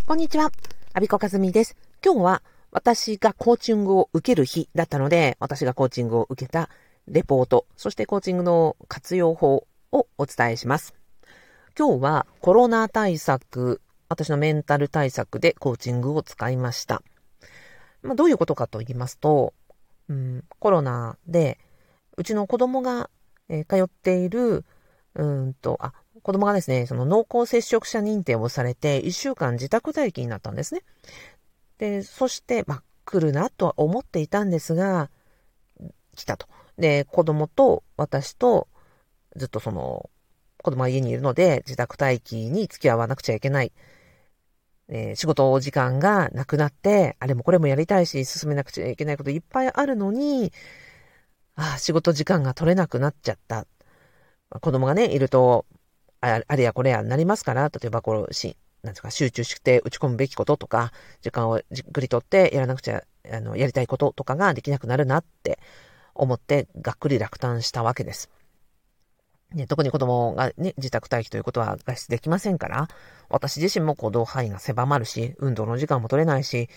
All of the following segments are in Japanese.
こんにちは、阿比子和美です。今日は私がコーチングを受ける日だったので、私がコーチングを受けたレポート、そしてコーチングの活用法をお伝えします。今日はコロナ対策、私のメンタル対策でコーチングを使いました。どういうことかと言いますと、コロナでうちの子供が、通っている子供がですね、その濃厚接触者認定をされて1週間自宅待機になったんですね。で、そして、来るなとは思っていたんですが、来たと。で、子供と私とずっとその子供が家にいるので自宅待機に付き合わなくちゃいけない。仕事時間がなくなって、あれもこれもやりたいし、進めなくちゃいけないこといっぱいあるのに、仕事時間が取れなくなっちゃった。子供がね、いると、あれやこれやなりますから、例えばなんですか、集中して打ち込むべきこととか、時間をじっくりとってやらなくちゃ、やりたいこととかができなくなるなって思って、がっくり落胆したわけです。特に子供がね、自宅待機ということは外出できませんから、私自身も行動範囲が狭まるし、運動の時間も取れないし、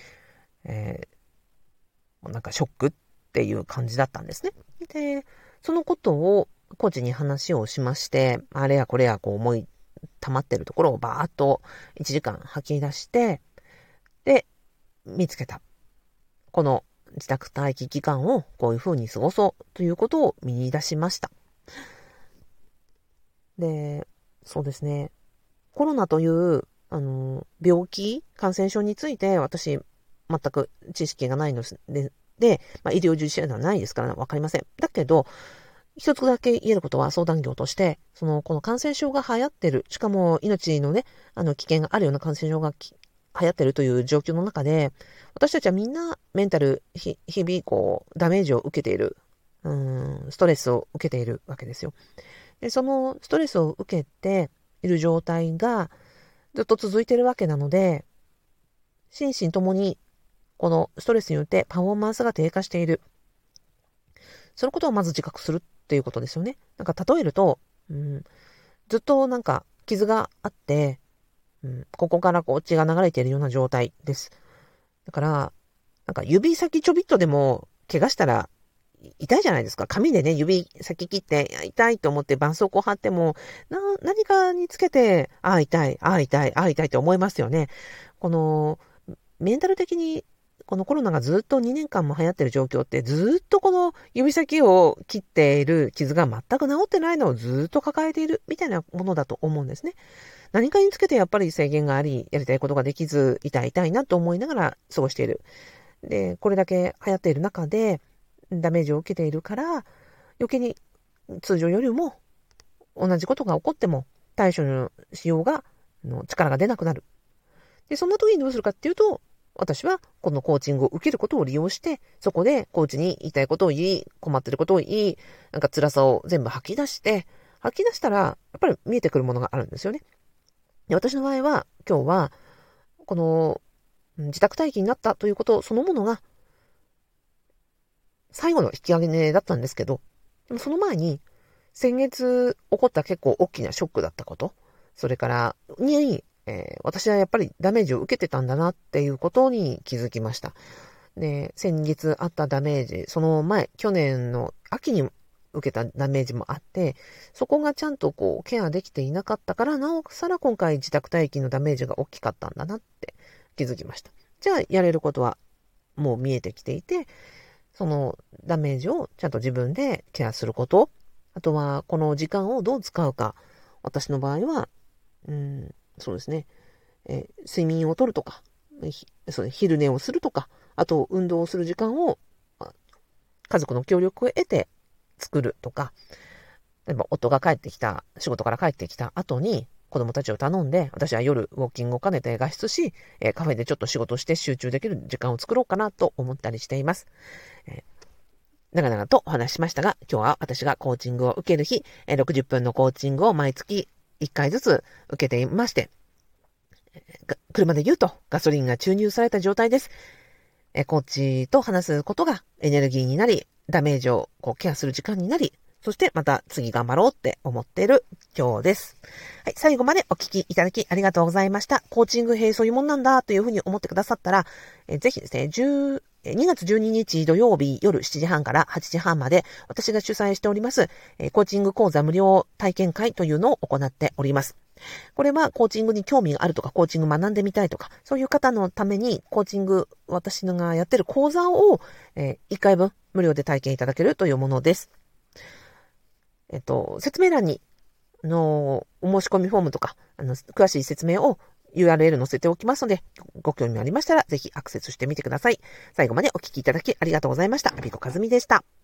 なんかショックっていう感じだったんですね。で、そのことをコーチに話をしまして、あれやこれや思い溜まってるところをバーッと1時間吐き出して、で、見つけた。この自宅待機期間をこういう風に過ごそうということを見出しました。で、そうですね。コロナという、病気、感染症について私、全く知識がないので、医療従事者ではないですからわかりません。だけど、一つだけ言えることは相談業として、この感染症が流行ってる、しかも命のね、危険があるような感染症が流行ってるという状況の中で、私たちはみんなメンタル、日々ダメージを受けている、ストレスを受けているわけですよ。で、そのストレスを受けている状態がずっと続いているわけなので、心身ともにこのストレスによってパフォーマンスが低下している。そのことをまず自覚するっていうことですよね。例えると、ずっと傷があって、ここから血が流れているような状態です。だから、指先ちょびっとでも怪我したら痛いじゃないですか。紙でね、指先切って痛いと思って絆創膏貼っても、何かにつけて、痛いって思いますよね。この、メンタル的に、このコロナがずっと2年間も流行ってる状況って、ずっとこの指先を切っている傷が全く治ってないのをずっと抱えているみたいなものだと思うんですね。何かにつけてやっぱり制限があり、やりたいことができず、痛いなと思いながら過ごしている。で、これだけ流行っている中で、ダメージを受けているから、余計に通常よりも同じことが起こっても対処のしようが、力が出なくなる。で、そんな時にどうするかっていうと、私はこのコーチングを受けることを利用して、そこでコーチに言いたいことを言い、困ってることを言い、辛さを全部吐き出したら、やっぱり見えてくるものがあるんですよね。で、私の場合は、今日は、この、自宅待機になったということそのものが、最後の引き上げだったんですけど、でもその前に、先月起こった結構大きなショックだったこと、それから私はやっぱりダメージを受けてたんだなっていうことに気づきました。で、先月あったダメージ、その前、去年の秋に受けたダメージもあって、そこがちゃんとケアできていなかったから、なおさら今回自宅待機のダメージが大きかったんだなって気づきました。じゃあやれることはもう見えてきていて、そのダメージをちゃんと自分でケアすること、あとはこの時間をどう使うか。私の場合は、そうですね、睡眠をとるとか、昼寝をするとか、あと運動をする時間を家族の協力を得て作るとか、例えば夫が仕事から帰ってきた後に子供たちを頼んで、私は夜ウォーキングを兼ねて外出し、カフェでちょっと仕事して集中できる時間を作ろうかなと思ったりしています。長々とお話ししましたが、今日は私がコーチングを受ける日、60分のコーチングを毎月1回ずつ受けていまして、車で言うとガソリンが注入された状態です。コーチと話すことがエネルギーになり、ダメージをケアする時間になり、 そしてまた次頑張ろうって思っている今日です。はい、最後までお聞きいただきありがとうございました。コーチングそういうもんなんだというふうに思ってくださったら、ぜひですね、2月12日土曜日夜7時半から8時半まで私が主催しております、コーチング講座無料体験会というのを行っております。これはコーチングに興味があるとか、コーチング学んでみたいとか、そういう方のためにコーチング、私がやってる講座を、1回分無料で体験いただけるというものです。説明欄に、お申し込みフォームとか、詳しい説明を URL 載せておきますので、ご興味ありましたら、ぜひアクセスしてみてください。最後までお聞きいただきありがとうございました。アビコカズミでした。